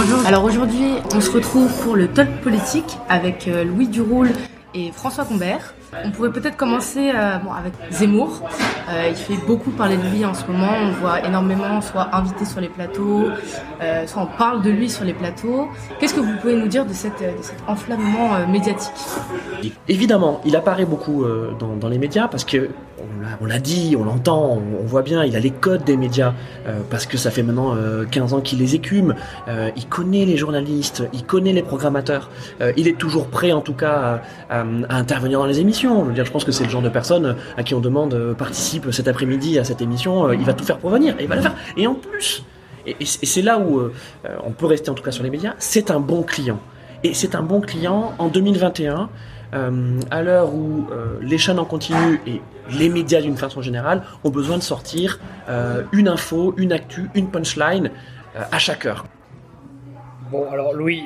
Bonjour. Alors aujourd'hui, on se retrouve pour le Talk Politique avec Louis Duroul et François Combert. On pourrait peut-être commencer avec Zemmour. Il fait beaucoup parler de lui en ce moment. On voit énormément, soit invité sur les plateaux, soit on parle de lui sur les plateaux. Qu'est-ce que vous pouvez nous dire de cet enflammement médiatique ? Évidemment, il apparaît beaucoup dans les médias parce que on l'a dit, on l'entend, on voit bien, il a les codes des médias parce que ça fait maintenant 15 ans qu'il les écume. Il connaît les journalistes, il connaît les programmateurs. Il est toujours prêt, en tout cas, à intervenir dans les émissions. Je pense que c'est le genre de personne à qui on demande participe cet après-midi à cette émission. Il va tout faire pour venir et il va le faire. Et en plus, et c'est là où on peut rester en tout cas sur les médias, c'est un bon client. Et c'est un bon client en 2021. À l'heure où les chaînes en continu et les médias d'une façon générale ont besoin de sortir une info, une actu, une punchline à chaque heure. Bon, alors Louis,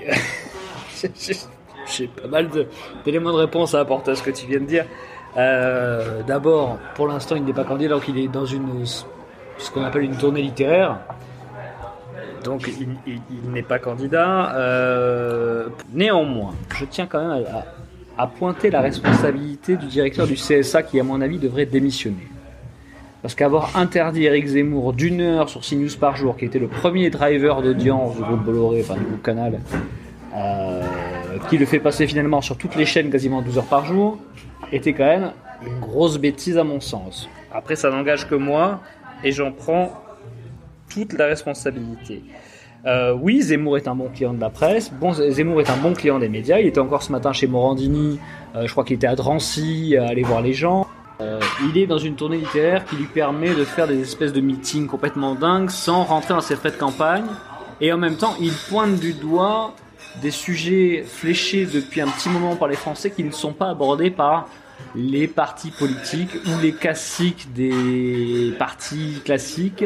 j'ai pas mal d'éléments de réponse à apporter à ce que tu viens de dire. D'abord, pour l'instant, il n'est pas candidat, donc il est dans ce qu'on appelle une tournée littéraire. Donc il n'est pas candidat. Néanmoins, je tiens quand même à pointer la responsabilité du directeur du CSA qui, à mon avis, devrait démissionner. Parce qu'avoir interdit Éric Zemmour d'1 heure sur CNews par jour, qui était le premier driver d'audience du groupe Bolloré, enfin du groupe Canal, qui le fait passer finalement sur toutes les chaînes quasiment 12 heures par jour, était quand même une grosse bêtise à mon sens. Après, ça n'engage que moi, et j'en prends toute la responsabilité. Oui, Zemmour est un bon client de la presse. Zemmour est un bon client des médias. Il était encore ce matin chez Morandini. Je crois qu'il était à Drancy, à aller voir les gens. Il est dans une tournée littéraire qui lui permet de faire des espèces de meetings complètement dingues sans rentrer dans ses frais de campagne. Et en même temps, il pointe du doigt des sujets fléchés depuis un petit moment par les Français qui ne sont pas abordés par les partis politiques ou les classiques des partis classiques.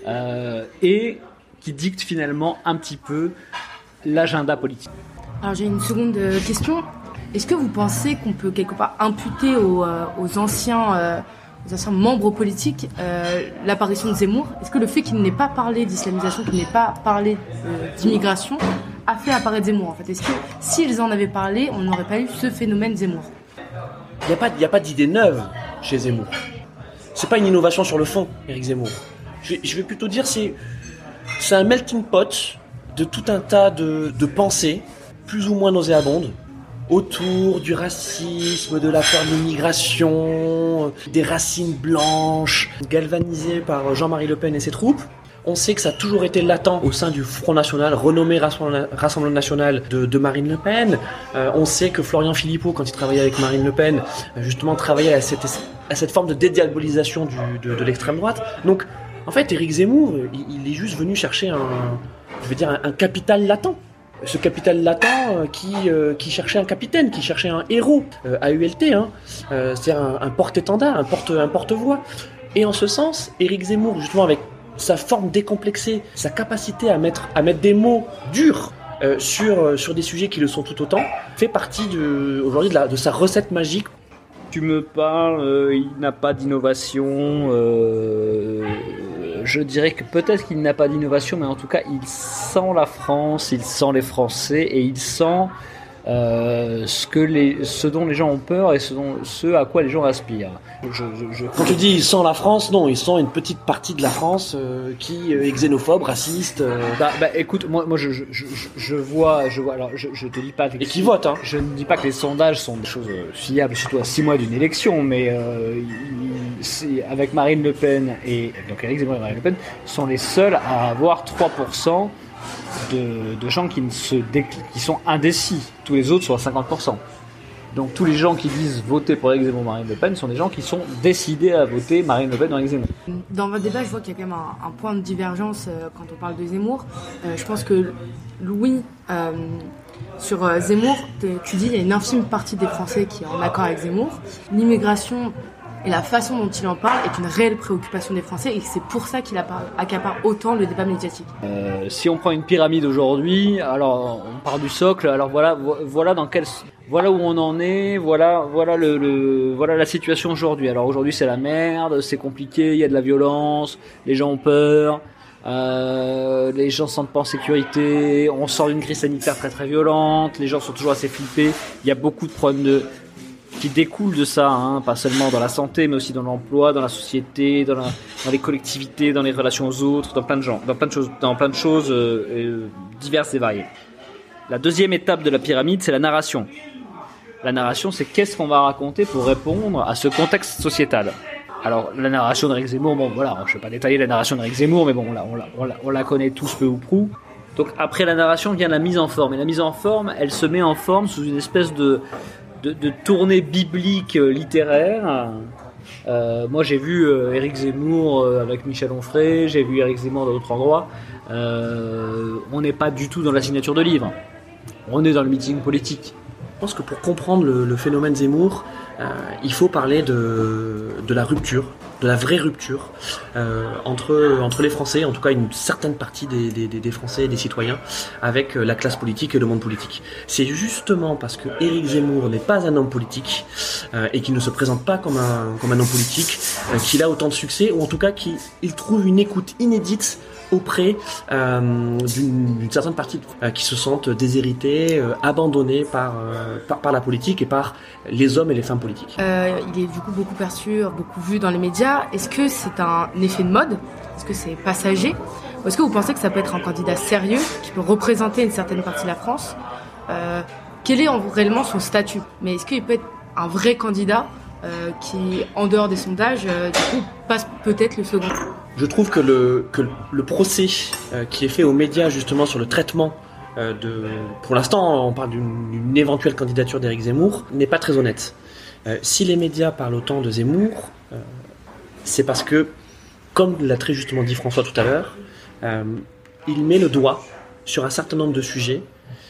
Et qui dicte finalement un petit peu l'agenda politique. Alors j'ai une seconde question. Est-ce que vous pensez qu'on peut quelque part imputer aux anciens membres politiques l'apparition de Zemmour ? Est-ce que le fait qu'il n'ait pas parlé d'islamisation, qu'il n'ait pas parlé d'immigration, a fait apparaître Zemmour en fait ? Est-ce que s'ils en avaient parlé, on n'aurait pas eu ce phénomène Zemmour ? Il n'y a pas d'idée neuve chez Zemmour. C'est pas une innovation sur le fond, Éric Zemmour. Je vais plutôt dire c'est un melting pot de tout un tas de pensées, plus ou moins nauséabondes, autour du racisme, de la peur de l'immigration, des racines blanches, galvanisées par Jean-Marie Le Pen et ses troupes. On sait que ça a toujours été latent au sein du Front National, renommé Rassemblement National de Marine Le Pen. On sait que Florian Philippot, quand il travaillait avec Marine Le Pen, justement travaillait à cette forme de dédiabolisation de l'extrême droite. Donc, en fait, Éric Zemmour, il est juste venu chercher un capital latent. Ce capital latent qui cherchait un capitaine, qui cherchait un héros, AULT, c'est-à-dire un porte-étendard, un porte-voix. Et en ce sens, Éric Zemmour, justement avec sa forme décomplexée, sa capacité à mettre des mots durs sur des sujets qui le sont tout autant, fait partie aujourd'hui de sa recette magique. Tu me parles, il n'a pas d'innovation. Je dirais que peut-être qu'il n'a pas d'innovation, mais en tout cas, il sent la France, il sent les Français et il sent ce dont les gens ont peur et ce à quoi les gens aspirent. Quand tu dis il sent la France, non, il sent une petite partie de la France qui est xénophobe, raciste. Écoute, moi je vois. Alors je te dis pas et qui vote, hein. Je ne dis pas que les sondages sont des choses fiables, surtout à 6 mois d'une élection, mais avec Marine Le Pen et donc Éric Zemmour et Marine Le Pen sont les seuls à avoir 3% de gens qui sont indécis. Tous les autres sont à 50%. Donc tous les gens qui disent voter pour Éric Zemmour ou Marine Le Pen sont des gens qui sont décidés à voter Marine Le Pen ou Éric Zemmour. Dans votre débat, je vois qu'il y a quand même un point de divergence quand on parle de Zemmour. Je pense que Louis, sur Zemmour, tu dis qu'il y a une infime partie des Français qui est en accord avec Zemmour. L'immigration et la façon dont il en parle est une réelle préoccupation des Français et c'est pour ça qu'il accapare autant le débat médiatique. Si on prend une pyramide aujourd'hui, alors on part du socle, alors voilà où on en est, voilà la situation aujourd'hui. Alors aujourd'hui c'est la merde, c'est compliqué, il y a de la violence, les gens ont peur, Les gens se sentent pas en sécurité, on sort d'une crise sanitaire très très violente, les gens sont toujours assez flippés, il y a beaucoup de problèmes qui découlent de ça, hein, pas seulement dans la santé, mais aussi dans l'emploi, dans la société, dans les collectivités, dans les relations aux autres, dans plein de choses diverses et variées. La deuxième étape de la pyramide, c'est la narration. La narration, c'est qu'est-ce qu'on va raconter pour répondre à ce contexte sociétal. Alors, la narration d'Éric Zemmour, bon voilà, je ne vais pas détailler la narration d'Éric Zemmour, mais bon, on la connaît tous peu ou prou. Donc après la narration vient la mise en forme. Et la mise en forme, elle se met en forme sous une espèce de tournée biblique littéraire. Moi j'ai vu Éric Zemmour avec Michel Onfray, j'ai vu Éric Zemmour dans d'autres endroits. On n'est pas du tout dans la signature de livre, on est dans le meeting politique. Je pense que pour comprendre le phénomène Zemmour, il faut parler de la rupture, de la vraie rupture entre les Français, en tout cas une certaine partie des Français et des citoyens, avec la classe politique et le monde politique. C'est justement parce que Éric Zemmour n'est pas un homme politique et qu'il ne se présente pas comme un homme politique qu'il a autant de succès, ou en tout cas qu'il trouve une écoute inédite auprès d'une certaine partie qui se sentent déshérités, abandonnés par la politique et par les hommes et les femmes politiques. Il est du coup beaucoup perçu, beaucoup vu dans les médias. Est-ce que c'est un effet de mode ? Est-ce que c'est passager ? Ou est-ce que vous pensez que ça peut être un candidat sérieux qui peut représenter une certaine partie de la France ? Quel est réellement son statut ? Mais est-ce qu'il peut être un vrai candidat qui, en dehors des sondages, du coup, passe peut-être le second ? Je trouve que le procès qui est fait aux médias justement sur le traitement pour l'instant on parle d'une éventuelle candidature d'Éric Zemmour, n'est pas très honnête. Si les médias parlent autant de Zemmour, c'est parce que, comme l'a très justement dit François tout à l'heure, il met le doigt sur un certain nombre de sujets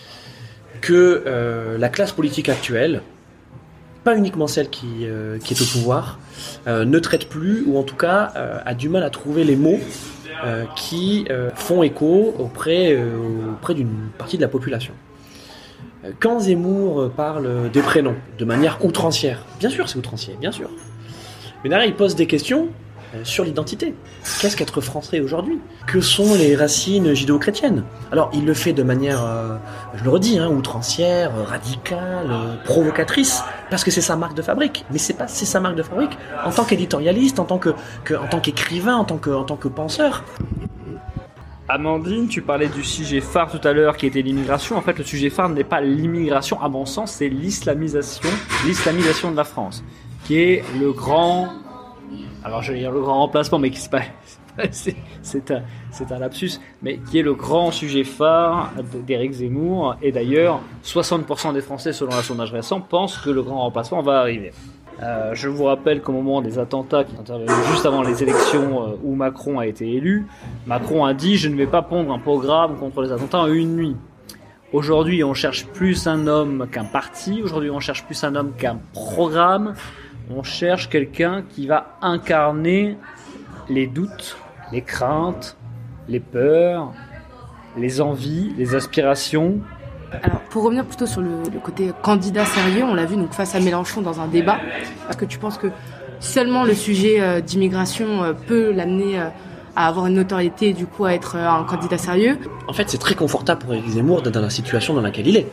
que la classe politique actuelle, pas uniquement celle qui est au pouvoir, ne traite plus, ou en tout cas a du mal à trouver les mots qui font écho auprès d'une partie de la population. Quand Zemmour parle des prénoms de manière outrancière, bien sûr c'est outrancier, bien sûr, mais derrière il pose des questions sur l'identité. Qu'est-ce qu'être français aujourd'hui ? Que sont les racines judéo-chrétiennes ? Alors il le fait de manière, je le redis, outrancière, radicale, provocatrice, parce que c'est sa marque de fabrique. Mais c'est sa marque de fabrique en tant qu'éditorialiste, en tant qu'écrivain, en tant que penseur. Amandine, tu parlais du sujet phare tout à l'heure qui était l'immigration. En fait, le sujet phare n'est pas l'immigration, à mon sens, c'est l'islamisation de la France, qui est le grand... Alors je vais dire le grand remplacement, mais c'est un lapsus, mais qui est le grand sujet phare d'Éric Zemmour. Et d'ailleurs, 60% des Français, selon un sondage récent, pensent que le grand remplacement va arriver. Je vous rappelle qu'au moment des attentats qui interviennent juste avant les élections où Macron a été élu, Macron a dit « Je ne vais pas pondre un programme contre les attentats en une nuit ». Aujourd'hui, on cherche plus un homme qu'un parti. Aujourd'hui, on cherche plus un homme qu'un programme. On cherche quelqu'un qui va incarner les doutes, les craintes, les peurs, les envies, les aspirations. Alors, pour revenir plutôt sur le côté candidat sérieux, on l'a vu donc face à Mélenchon dans un débat. Est-ce que tu penses que seulement le sujet d'immigration peut l'amener à avoir une notoriété et du coup à être un candidat sérieux ? En fait, c'est très confortable pour Éric Zemmour d'être dans la situation dans laquelle il est.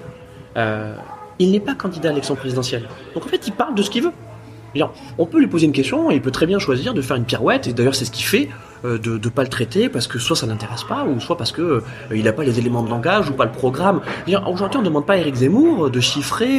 Il n'est pas candidat à l'élection présidentielle. Donc en fait, il parle de ce qu'il veut. On peut lui poser une question et il peut très bien choisir de faire une pirouette, et d'ailleurs c'est ce qu'il fait, de ne pas le traiter parce que soit ça l'intéresse pas, ou soit parce que il n'a pas les éléments de langage ou pas le programme. Aujourd'hui on ne demande pas à Éric Zemmour de chiffrer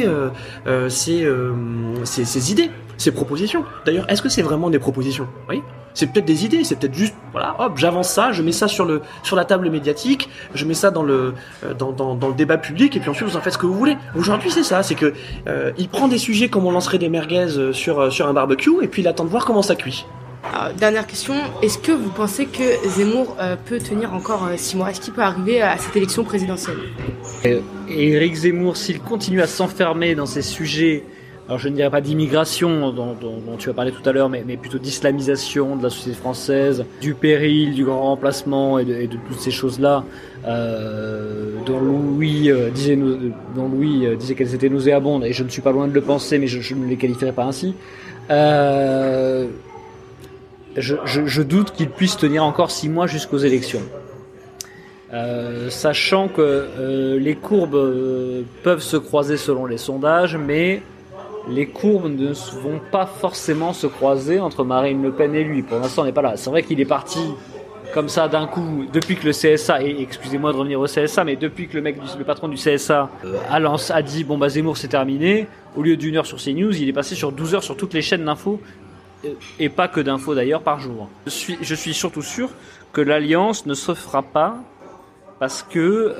ses idées, ses propositions. D'ailleurs, est-ce que c'est vraiment des propositions ? Oui. C'est peut-être des idées, c'est peut-être juste, voilà, hop, j'avance ça, je mets ça sur la table médiatique, je mets ça dans le débat public, et puis ensuite vous en faites ce que vous voulez. Aujourd'hui, c'est ça, c'est que il prend des sujets comme on lancerait des merguez sur un barbecue, et puis il attend de voir comment ça cuit. Alors, dernière question, est-ce que vous pensez que Zemmour peut tenir encore 6 mois ? Est-ce qu'il peut arriver à cette élection présidentielle ? Et Éric Zemmour, s'il continue à s'enfermer dans ces sujets, alors je ne dirais pas d'immigration dont tu as parlé tout à l'heure, mais plutôt d'islamisation de la société française, du péril, du grand remplacement et de toutes ces choses-là, dont Louis disait qu'elles étaient nauséabondes, et je ne suis pas loin de le penser, mais je ne les qualifierais pas ainsi. je doute qu'il puisse tenir encore 6 mois jusqu'aux élections. Sachant que les courbes peuvent se croiser selon les sondages, mais les courbes ne vont pas forcément se croiser entre Marine Le Pen et lui. Pour l'instant, on n'est pas là. C'est vrai qu'il est parti comme ça d'un coup, depuis que le CSA, et excusez-moi de revenir au CSA, mais depuis que le patron du CSA a dit bon bah Zemmour c'est terminé, au lieu d'1 heure sur CNews, il est passé sur 12 heures sur toutes les chaînes d'infos, et pas que d'infos d'ailleurs par jour. Je suis surtout sûr que l'alliance ne se fera pas parce que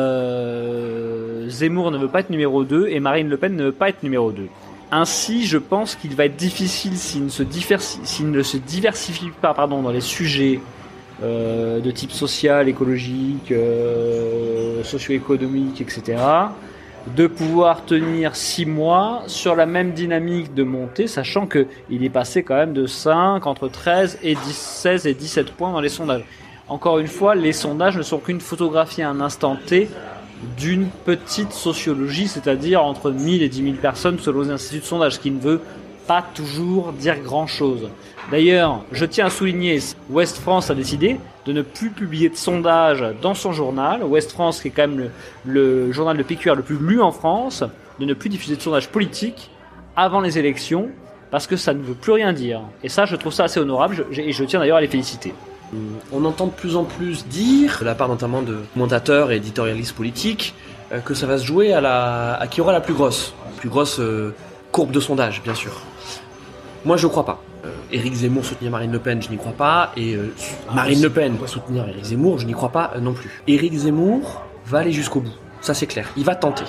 Zemmour ne veut pas être numéro 2 et Marine Le Pen ne veut pas être numéro 2. Ainsi, je pense qu'il va être difficile s'il ne se diversifie pas dans les sujets de type social, écologique, socio-économique, etc., de pouvoir tenir 6 mois sur la même dynamique de montée, sachant qu'il est passé quand même de 5, entre 13 et 16 et 17 points dans les sondages. Encore une fois, les sondages ne sont qu'une photographie à un instant T d'une petite sociologie, c'est-à-dire entre 1000 et 10 000 personnes selon les instituts de sondage, ce qui ne veut pas toujours dire grand-chose. D'ailleurs, je tiens à souligner, Ouest France a décidé de ne plus publier de sondage dans son journal. Ouest France, qui est quand même le journal de PQR le plus lu en France, de ne plus diffuser de sondage politique avant les élections, parce que ça ne veut plus rien dire. Et ça, je trouve ça assez honorable, et je tiens d'ailleurs à les féliciter. On entend de plus en plus dire, de la part notamment de commentateurs et éditorialistes politiques, que ça va se jouer à qui aura la plus grosse courbe de sondage, bien sûr. Moi, je crois pas. Éric Zemmour soutenir Marine Le Pen, je n'y crois pas. Et Marine Le Pen soutenir Éric Zemmour, je n'y crois pas non plus. Éric Zemmour va aller jusqu'au bout. Ça, c'est clair. Il va tenter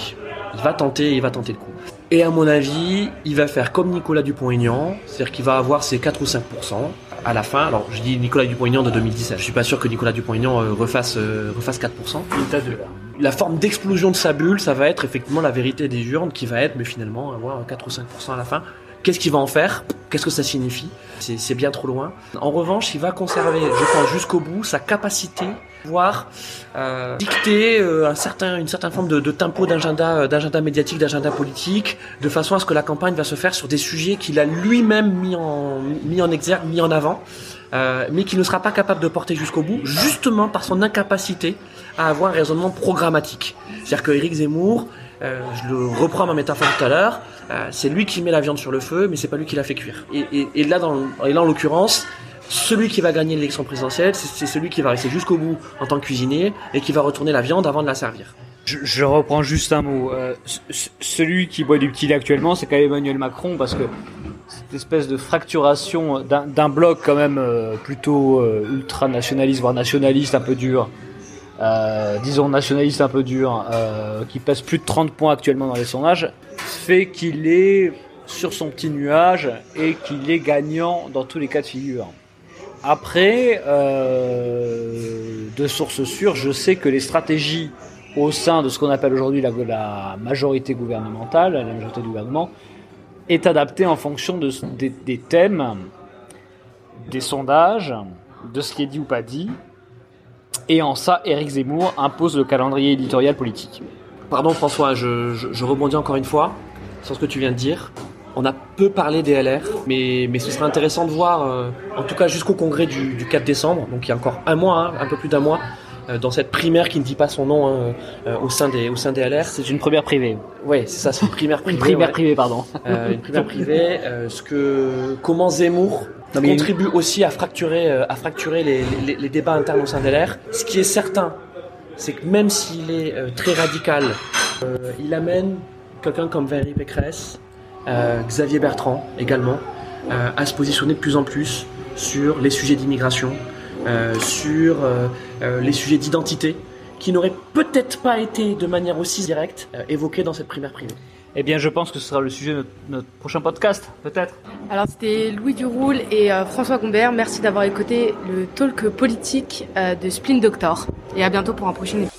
le coup. Et à mon avis, il va faire comme Nicolas Dupont-Aignan, c'est-à-dire qu'il va avoir ses 4 ou 5% à la fin. Alors, je dis Nicolas Dupont-Aignan de 2017. Je suis pas sûr que Nicolas Dupont-Aignan refasse 4%. Il est à 2 là. La forme d'explosion de sa bulle, ça va être effectivement la vérité des urnes qui va être, mais finalement, avoir 4 ou 5% à la fin. Qu'est-ce qu'il va en faire ? Qu'est-ce que ça signifie ? C'est bien trop loin. En revanche, il va conserver, je pense, jusqu'au bout, sa capacité à pouvoir dicter une certaine forme de tempo d'agenda médiatique, d'agenda politique, de façon à ce que la campagne va se faire sur des sujets qu'il a lui-même mis en exergue, mis en avant, mais qu'il ne sera pas capable de porter jusqu'au bout, justement par son incapacité à avoir un raisonnement programmatique. C'est-à-dire que Éric Zemmour, je le reprends ma métaphore tout à l'heure, c'est lui qui met la viande sur le feu, mais c'est pas lui qui la fait cuire. Et là, en l'occurrence, celui qui va gagner l'élection présidentielle, c'est celui qui va rester jusqu'au bout en tant que cuisinier et qui va retourner la viande avant de la servir. Je reprends juste un mot. Celui qui boit du petit lait actuellement, c'est quand même Emmanuel Macron, parce que cette espèce de fracturation d'un bloc quand même plutôt ultra-nationaliste, voire nationaliste un peu dur, disons nationaliste un peu dur, qui pèse plus de 30 points actuellement dans les sondages, fait qu'il est sur son petit nuage et qu'il est gagnant dans tous les cas de figure. Après, de sources sûres, je sais que les stratégies au sein de ce qu'on appelle aujourd'hui la majorité gouvernementale, la majorité du gouvernement, est adaptée en fonction des thèmes, des sondages, de ce qui est dit ou pas dit. Et en ça, Éric Zemmour impose le calendrier éditorial politique. Pardon François, je rebondis encore une fois sur ce que tu viens de dire. On a peu parlé des LR, mais ce serait intéressant de voir, en tout cas jusqu'au congrès du 4 décembre, donc il y a encore un mois, un peu plus d'un mois, dans cette primaire qui ne dit pas son nom au sein des LR. C'est une première privée. Oui, c'est ça, c'est une primaire privée. Une primaire privée, pardon. Une primaire privée. Comment Zemmour contribue aussi à fracturer les débats internes au sein des LR. Ce qui est certain, c'est que même s'il est très radical, il amène quelqu'un comme Valérie Pécresse, Xavier Bertrand également, à se positionner de plus en plus sur les sujets d'immigration, sur les sujets d'identité, qui n'auraient peut-être pas été de manière aussi directe évoqués dans cette primaire privée. Eh bien, je pense que ce sera le sujet de notre prochain podcast, peut-être. Alors, c'était Louis Duroul et François Gombert. Merci d'avoir écouté le talk politique de Splin Doctor. Et à bientôt pour un prochain épisode.